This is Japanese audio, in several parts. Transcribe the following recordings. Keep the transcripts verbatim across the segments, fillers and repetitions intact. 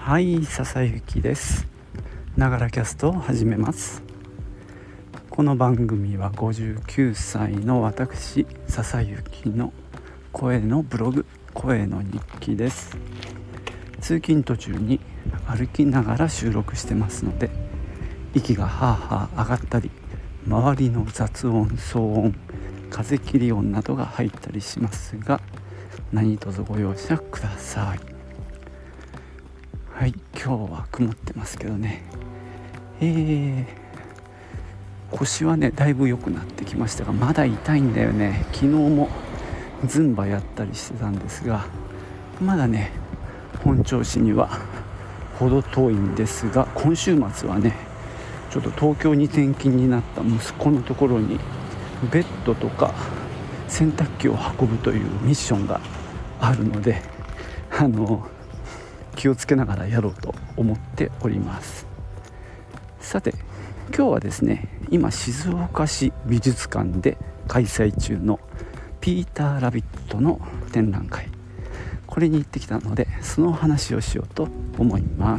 はい、笹雪です。ながらキャストを始めます。この番組はごじゅうきゅうさいの私笹雪の声のブログ、声の日記です。通勤途中に歩きながら収録してますので、息がハーハー上がったり、周りの雑音、騒音、風切り音などが入ったりしますが、何卒ご容赦ください。はい、今日は曇ってますけどね、えー、腰はねだいぶ良くなってきましたが、まだ痛いんだよね。昨日もズンバやったりしてたんですが、まだね本調子には程遠いんですが、今週末はねちょっと東京に転勤になった息子のところにベッドとか洗濯機を運ぶというミッションがあるので、あの気をつけながらやろうと思っております。さて今日はですね、今静岡市美術館で開催中のピーターラビットの展覧会、これに行ってきたので、その話をしようと思います。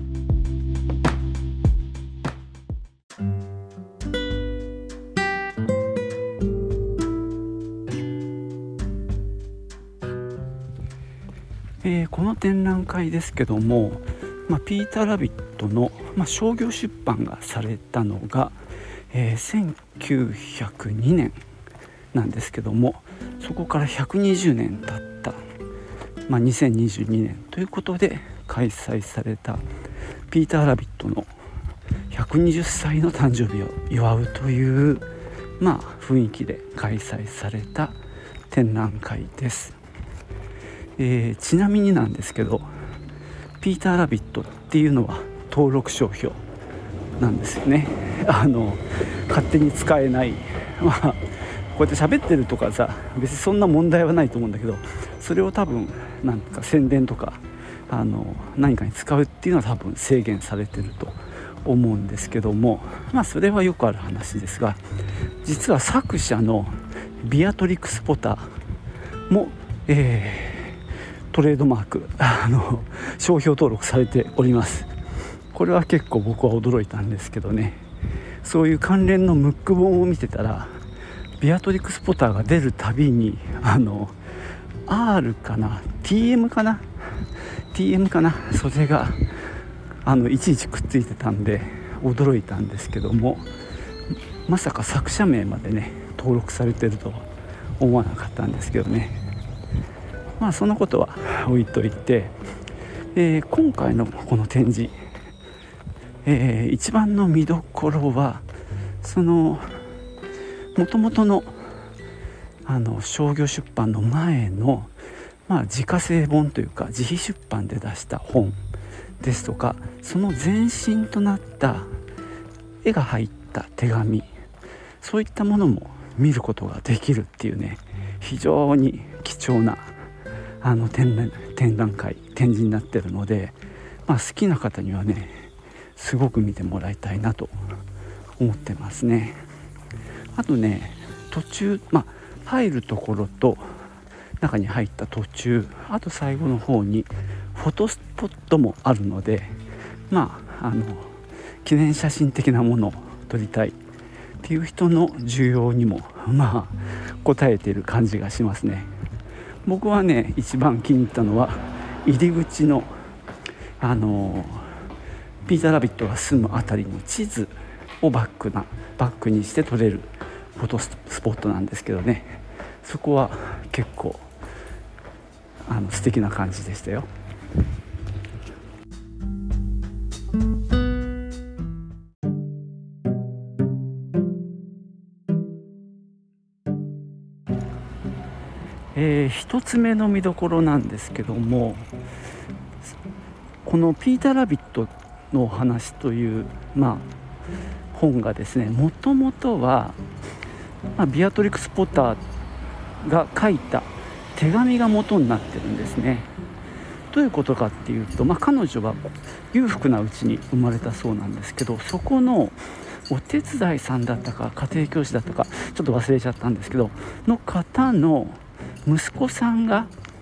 えー、この展覧会ですけども、まあ、ピーターラビットの、まあ、商業出版がされたのが、えー、せんきゅうひゃくにねんなんですけども、そこからひゃくにじゅうねん経った、まあ、にせんにじゅうにねんということで開催されたピーターラビットのひゃくにじゅっさいの誕生日を祝うという、まあ、雰囲気で開催された展覧会です。えー、ちなみになんですけど、ピーターラビットっていうのは登録商標なんですよね。あの勝手に使えない、まあ、こうやって喋ってるとかさ、別にそんな問題はないと思うんだけど、それを多分なんか宣伝とかあの何かに使うっていうのは多分制限されてると思うんですけども、まあそれはよくある話ですが、実は作者のビアトリクス・ポターも、えートレードマークあの商標登録されております。これは結構僕は驚いたんですけどね。そういう関連のムック本を見てたら、ビアトリクス・ポターが出るたびにあの R かな ティーエム かな ティーエム かなそれがあのいちいちくっついてたんで驚いたんですけども、まさか作者名までね登録されてるとは思わなかったんですけどね。まあそのことは置いといて、えー、今回のこの展示、えー、一番の見どころはその元々のあの商業出版の前の、まあ、自家製本というか自費出版で出した本ですとか、その前身となった絵が入った手紙、そういったものも見ることができるっていうね、非常に貴重なあの 展, 展覧会展示になっているので、まあ、好きな方にはねすごく見てもらいたいなと思ってますね。あとね途中、まあ、入るところと中に入った途中、あと最後の方にフォトスポットもあるので、まああの記念写真的なものを撮りたいっていう人の需要にもまあ応えている感じがしますね。僕はね一番気に入ったのは入り口のあのピーターラビットが住むあたりの地図をバックなバックにして撮れるフォトスポットなんですけどね、そこは結構あの素敵な感じでしたよ。えー、一つ目の見どころなんですけども、このピーターラビットのお話という、まあ、本がですね、もともとは、まあ、ビアトリクス・ポターが書いた手紙が元になってるんですね。どういうことかっていうと、まあ、彼女は裕福なうちに生まれたそうなんですけど、そこのお手伝いさんだったか家庭教師だったかちょっと忘れちゃったんですけどの方の息子さんが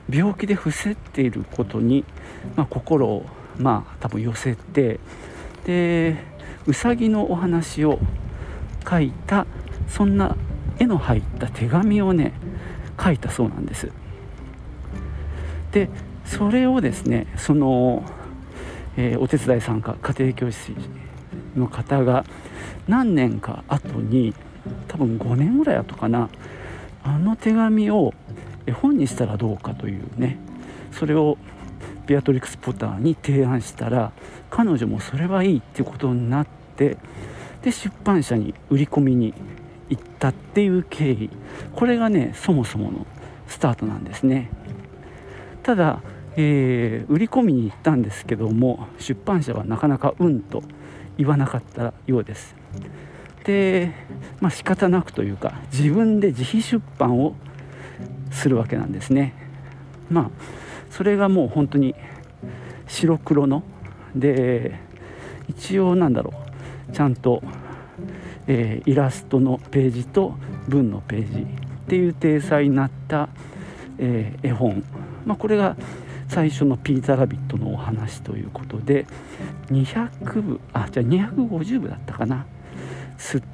病気で伏せっていることに、まあ、心をまあ多分寄せて、でうさぎのお話を書いた、そんな絵の入った手紙をね書いたそうなんです。でそれをですね、その、えー、お手伝い参加家庭教師の方が何年か後に、多分ごねんぐらい後かな、あの手紙を絵本にしたらどうかというね、それをベアトリクス・ポターに提案したら、彼女もそれはいいっていうことになって、で出版社に売り込みに行ったっていう経緯、これがねそもそものスタートなんですね。ただ、えー、売り込みに行ったんですけども、出版社はなかなかうんと言わなかったようです。で、まあ仕方なくというか、自分で自費出版をするわけなんですね。まあそれがもう本当に白黒ので、一応なんだろう、ちゃんと、えー、イラストのページと文のページっていう体裁になった、えー、絵本、まあ、これが最初のピーターラビットのお話ということで、にひゃくぶ、あじゃあにひゃくごじゅうぶだったかな、吸って、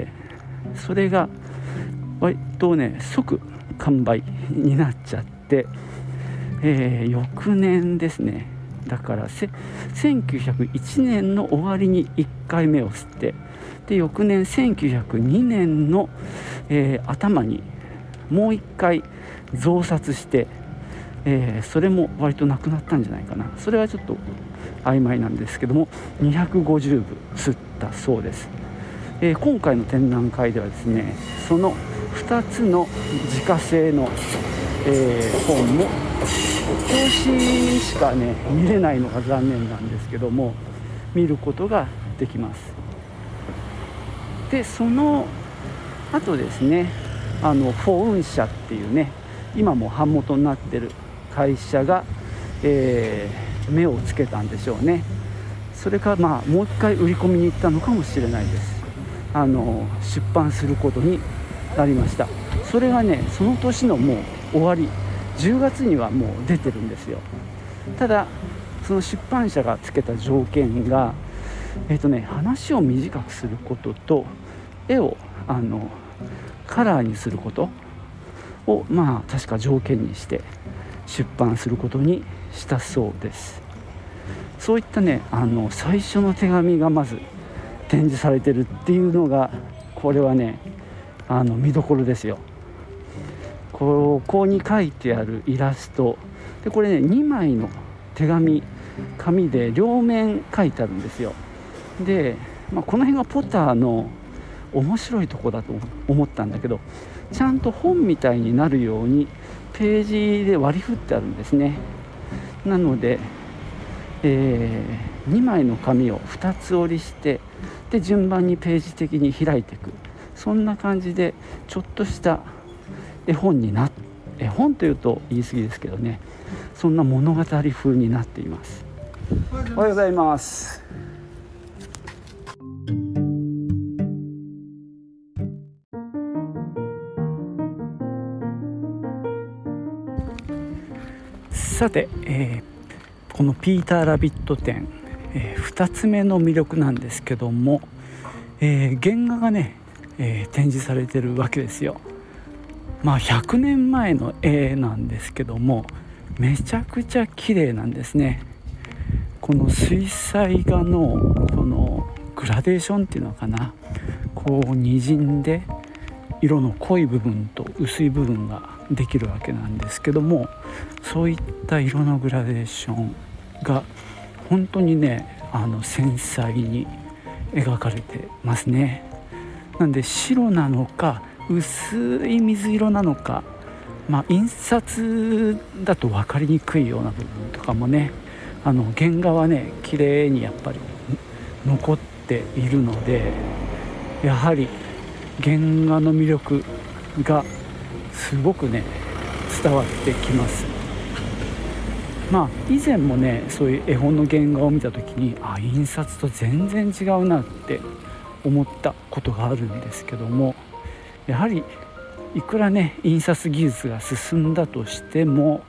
それが割とね即完売になっちゃって、えー、翌年ですね、だからせせんきゅうひゃくいちねんの終わりにいっかいめを吸って、で翌年せんきゅうひゃくにねんの、えー、頭にもういっかい増刷して、えー、それも割となくなったんじゃないかな、それはちょっと曖昧なんですけども、にひゃくごじゅうぶ吸ったそうです。えー、今回の展覧会ではですね、そのふたつの自家製の、えー、本も表紙しかね見れないのが残念なんですけども、見ることができます。でその後ですね、あのフォーン社っていうね、今も版元になってる会社が、えー、目をつけたんでしょうね。それからまあもう一回売り込みに行ったのかもしれないです。あの出版することになりました。それがねその年のもう終わりじゅうがつにはもう出てるんですよ。ただその出版社がつけた条件が、えーとね、話を短くすることと絵をあのカラーにすることをまあ確か条件にして出版することにしたそうです。そういったねあの最初の手紙がまず展示されてるっていうのが、これはねあの見どころですよ。ここに書いてあるイラストで、これねにまいの手紙紙で両面書いてあるんですよ。で、まあ、この辺がポターの面白いとこだと思ったんだけど、ちゃんと本みたいになるようにページで割り振ってあるんですね。なので、えー、にまいの紙をふたつ折りして、で順番にページ的に開いていく、そんな感じでちょっとした絵本になっ絵本というと言い過ぎですけどね、そんな物語風になっています。おはようございます。さて、えー、このピーターラビット展、えー、ふたつめの魅力なんですけども、えー、原画がね、えー、展示されてるわけですよ。まあひゃくねんまえの絵なんですけども、めちゃくちゃ綺麗なんですね。この水彩画のこのグラデーションっていうのかな、こうにじんで色の濃い部分と薄い部分ができるわけなんですけども、そういった色のグラデーションが本当にねあの繊細に描かれてますね。なんで白なのか薄い水色なのか、まあ、印刷だと分かりにくいような部分とかもね、あの原画はね綺麗にやっぱり残っているので、やはり原画の魅力がすごくね伝わってきます。まあ以前もねそういう絵本の原画を見た時に、あ印刷と全然違うなって思ったことがあるんですけども、やはりいくらね印刷技術が進んだとしても、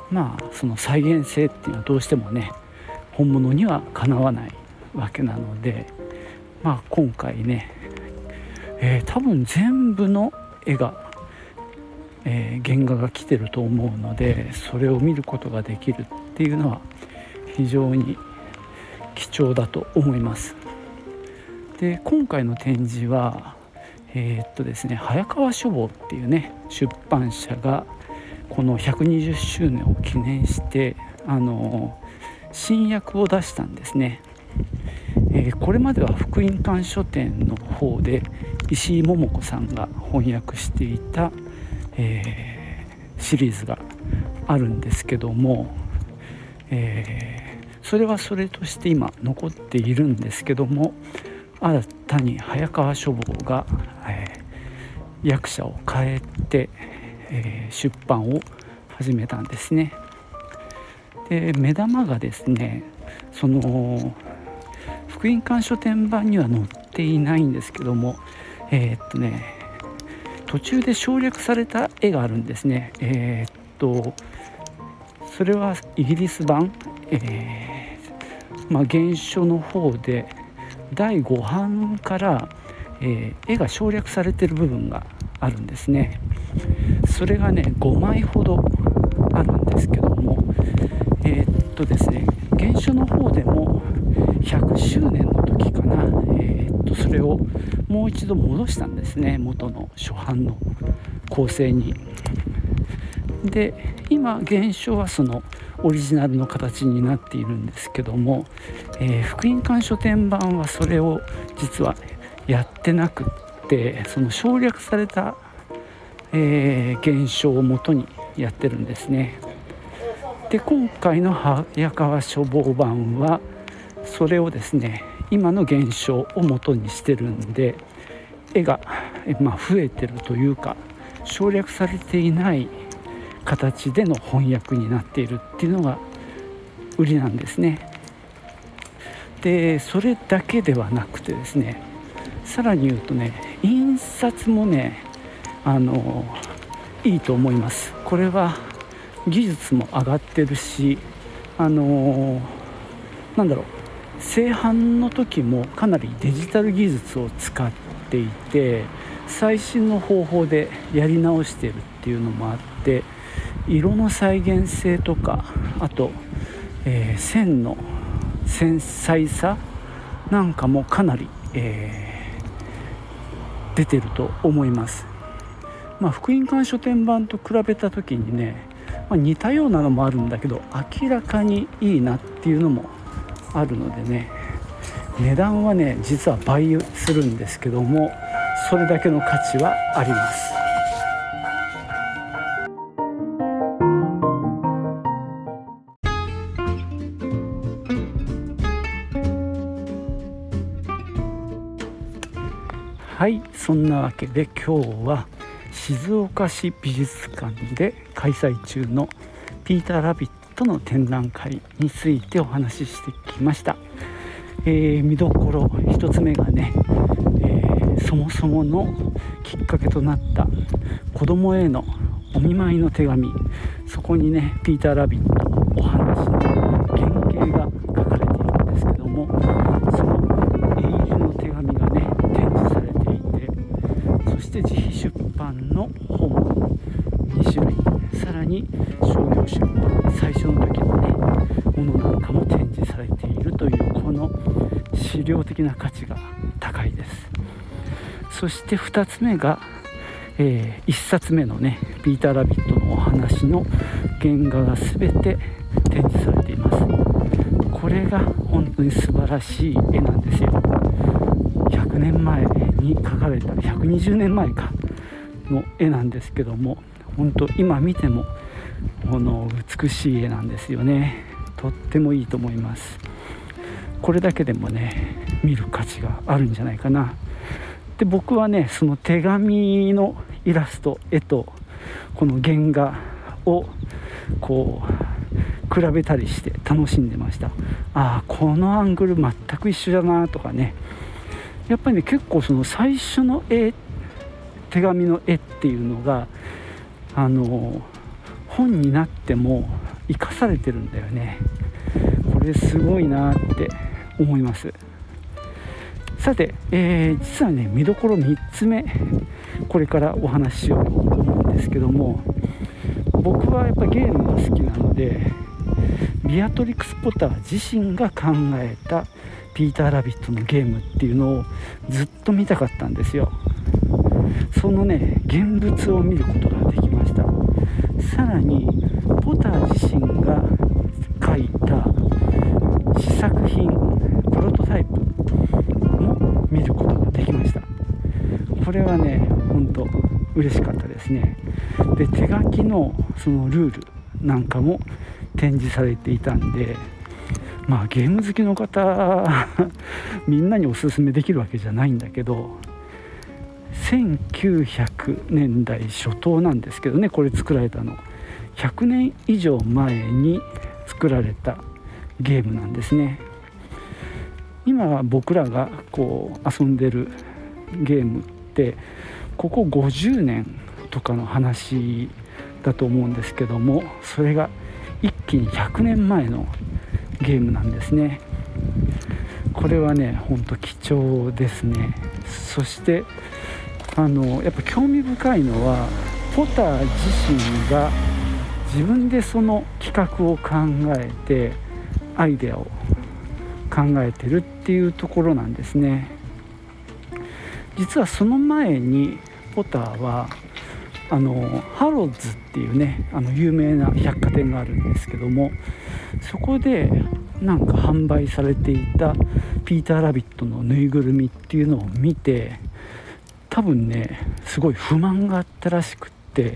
まあその再現性っていうのはどうしてもね本物にはかなわないわけなので、まあ今回ね、えー、多分全部の絵が、えー、原画が来てると思うので、それを見ることができるっていうのは非常に貴重だと思います。で今回の展示はえー、っとですね早川書房っていうね出版社がこのひゃくにじゅっしゅうねんを記念してあの新訳を出したんですね。えー、これまでは福音館書店の方で石井桃子さんが翻訳していた、えー、シリーズがあるんですけども、えー、それはそれとして今残っているんですけども、新たに早川書房が、えー、役者を変えて、えー、出版を始めたんですね。で目玉がですねその福音館書店版には載っていないんですけども、えー、っとね途中で省略された絵があるんですね。えー、っとそれはイギリス版、えーまあ、原書の方でだいごはんから、えー、絵が省略されている部分があるんですね。それがねごまいほどあるんですけども、えー、っとですね原書の方でもひゃくしゅうねんの時かな、えー、っとそれをもう一度戻したんですね、元の初版の構成に。で今原書はそのオリジナルの形になっているんですけども、えー、福音館書店版はそれを実はやってなくって、その省略された、えー、原書を元にやってるんですね。で今回の早川書房版はそれをですね今の原書を元にしてるんで、絵が、まあ、増えてるというか省略されていない形での翻訳になっているっていうのが売りなんですね。でそれだけではなくてですね、さらに言うとね印刷もねあのいいと思います。これは技術も上がってるし、あのなんだろう製版の時もかなりデジタル技術を使っていて最新の方法でやり直しているっていうのもあって、色の再現性とかあと、えー、線の繊細さなんかもかなり、えー、出てると思います。まあ、福音館書店版と比べた時にね、まあ、似たようなのもあるんだけど明らかにいいなっていうのもあるのでね、値段はね実は倍するんですけどもそれだけの価値はあります。はい、そんなわけで今日は静岡市美術館で開催中のピーター・ラビットの展覧会についてお話ししてきました。えー、見どころ一つ目がね、えー、そもそものきっかけとなった子供へのお見舞いの手紙、そこにねピーター・ラビットのお話の原型が書かれているんですけども、その絵入りの手紙がね展示されていて、そして自費出版の本にしゅるい、さらに商業出版最初の時のねものなんかも展示されているというこの資料的な価値が高いです。そしてふたつめが、えー、いっさつめのねピーター・ラビットのお話の原画が全て展示されています。これが本当に素晴らしい絵なんですよ。ひゃくねんまえに描かれたひゃくにじゅうねんまえかの絵なんですけども、本当今見てもこの美しい絵なんですよね。とってもいいと思います。これだけでもね見る価値があるんじゃないかな。で僕はねその手紙のイラスト絵とこの原画をこう比べたりして楽しんでました。ああこのアングル全く一緒だなとかね、やっぱりね結構その最初の絵手紙の絵っていうのがあの本になっても生かされてるんだよね。これすごいなって思います。さて、えー、実はね見どころみっつめこれからお話ししようと思うんですけども、僕はやっぱゲームが好きなのでビアトリクス・ポター自身が考えたピーター・ラビットのゲームっていうのをずっと見たかったんですよ。そのね現物を見ることができました。さらにポター自身が書いた試作品プロトタイプも見ることができました。これはね本当嬉しかったですね。で手書きのそのルールなんかも展示されていたんで、まあゲーム好きの方みんなにおすすめできるわけじゃないんだけど、せんきゅうひゃくねんだい初頭なんですけどね、これ作られたのひゃくねん以上前に作られたゲームなんですね。今僕らがこう遊んでるゲームってここごじゅうねんとかの話だと思うんですけども、それが一気にひゃくねんまえのゲームなんですね。これはねほんと貴重ですね。そしてあのやっぱ興味深いのはポター自身が自分でその企画を考えてアイデアを考えてるっていうところなんですね。実はその前にポターはあのハロッズっていうねあの有名な百貨店があるんですけども、そこでなんか販売されていたピーター・ラビットのぬいぐるみっていうのを見て、多分ねすごい不満があったらしくって、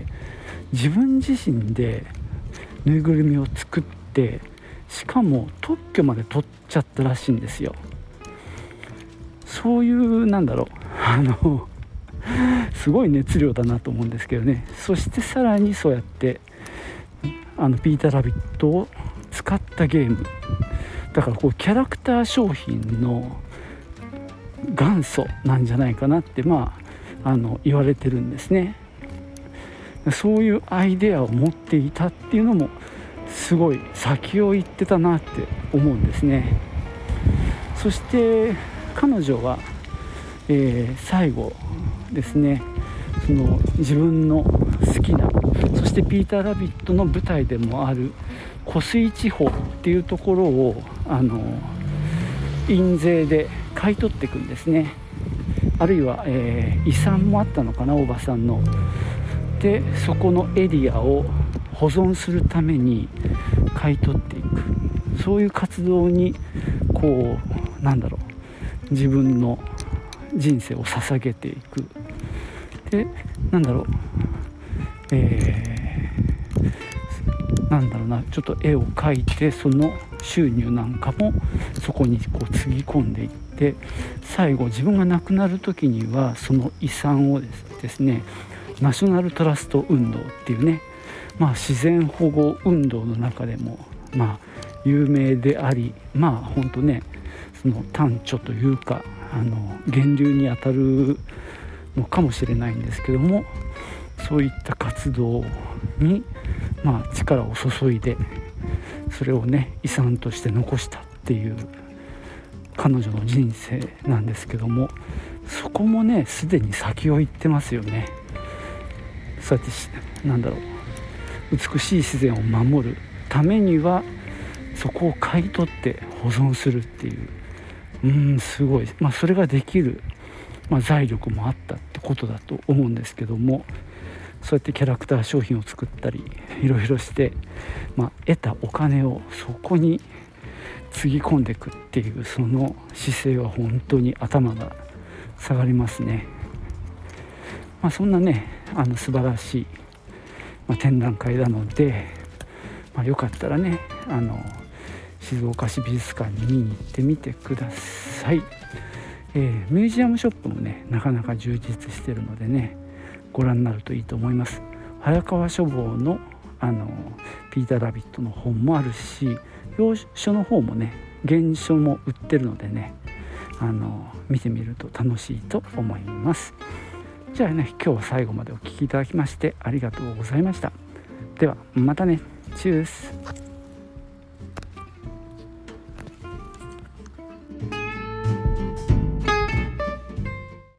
自分自身でぬいぐるみを作って、しかも特許まで取っちゃったらしいんですよ。そういうなんだろうあのすごい熱量だなと思うんですけどね。そしてさらにそうやってあのピーター・ラビットを使ったゲームだから、こうキャラクター商品の元祖なんじゃないかなってまああの言われてるんですね。そういうアイデアを持っていたっていうのもすごい先を行ってたなって思うんですね。そして彼女は、えー、最後ですね、その自分の好きな、そしてピーター・ラビットの舞台でもある湖水地方っていうところをあの印税で買い取っていくんですね。あるいは、えー、遺産もあったのかな、おばさんの。でそこのエリアを保存するために買い取っていく、そういう活動にこうなんだろう自分の人生を捧げていく。でなんだろうえー、なんだろうなちょっと絵を描いて、その収入なんかもそこにこうつぎ込んでいって、最後自分が亡くなる時にはその遺産をですですねナショナルトラスト運動っていうね、まあ、自然保護運動の中でもまあ有名であり、まあ本当ねその端緒というかあの源流にあたるのかもしれないんですけども、そういった活動にまあ力を注いでそれをね遺産として残したっていう彼女の人生なんですけども、そこもねすでに先を行ってますよね。そうやってなんだろう美しい自然を守るためにはそこを買い取って保存するっていう、うーんすごい、まあ、それができる、まあ、財力もあったってことだと思うんですけども、そうやってキャラクター商品を作ったりいろいろして、まあ、得たお金をそこにつぎ込んでいくっていうその姿勢は本当に頭が下がりますね。まあ、そんなねあの素晴らしい、まあ、展覧会なので、まあ、よかったらねあの静岡市美術館に見に行ってみてください。えー、ミュージアムショップもねなかなか充実してるのでねご覧になるといいと思います。早川書房のあのピーター・ラビットの本もあるし、洋書の方もね原書も売ってるのでねあの見てみると楽しいと思います。じゃあね今日は最後までお聞きいただきましてありがとうございました。ではまたね。チュース。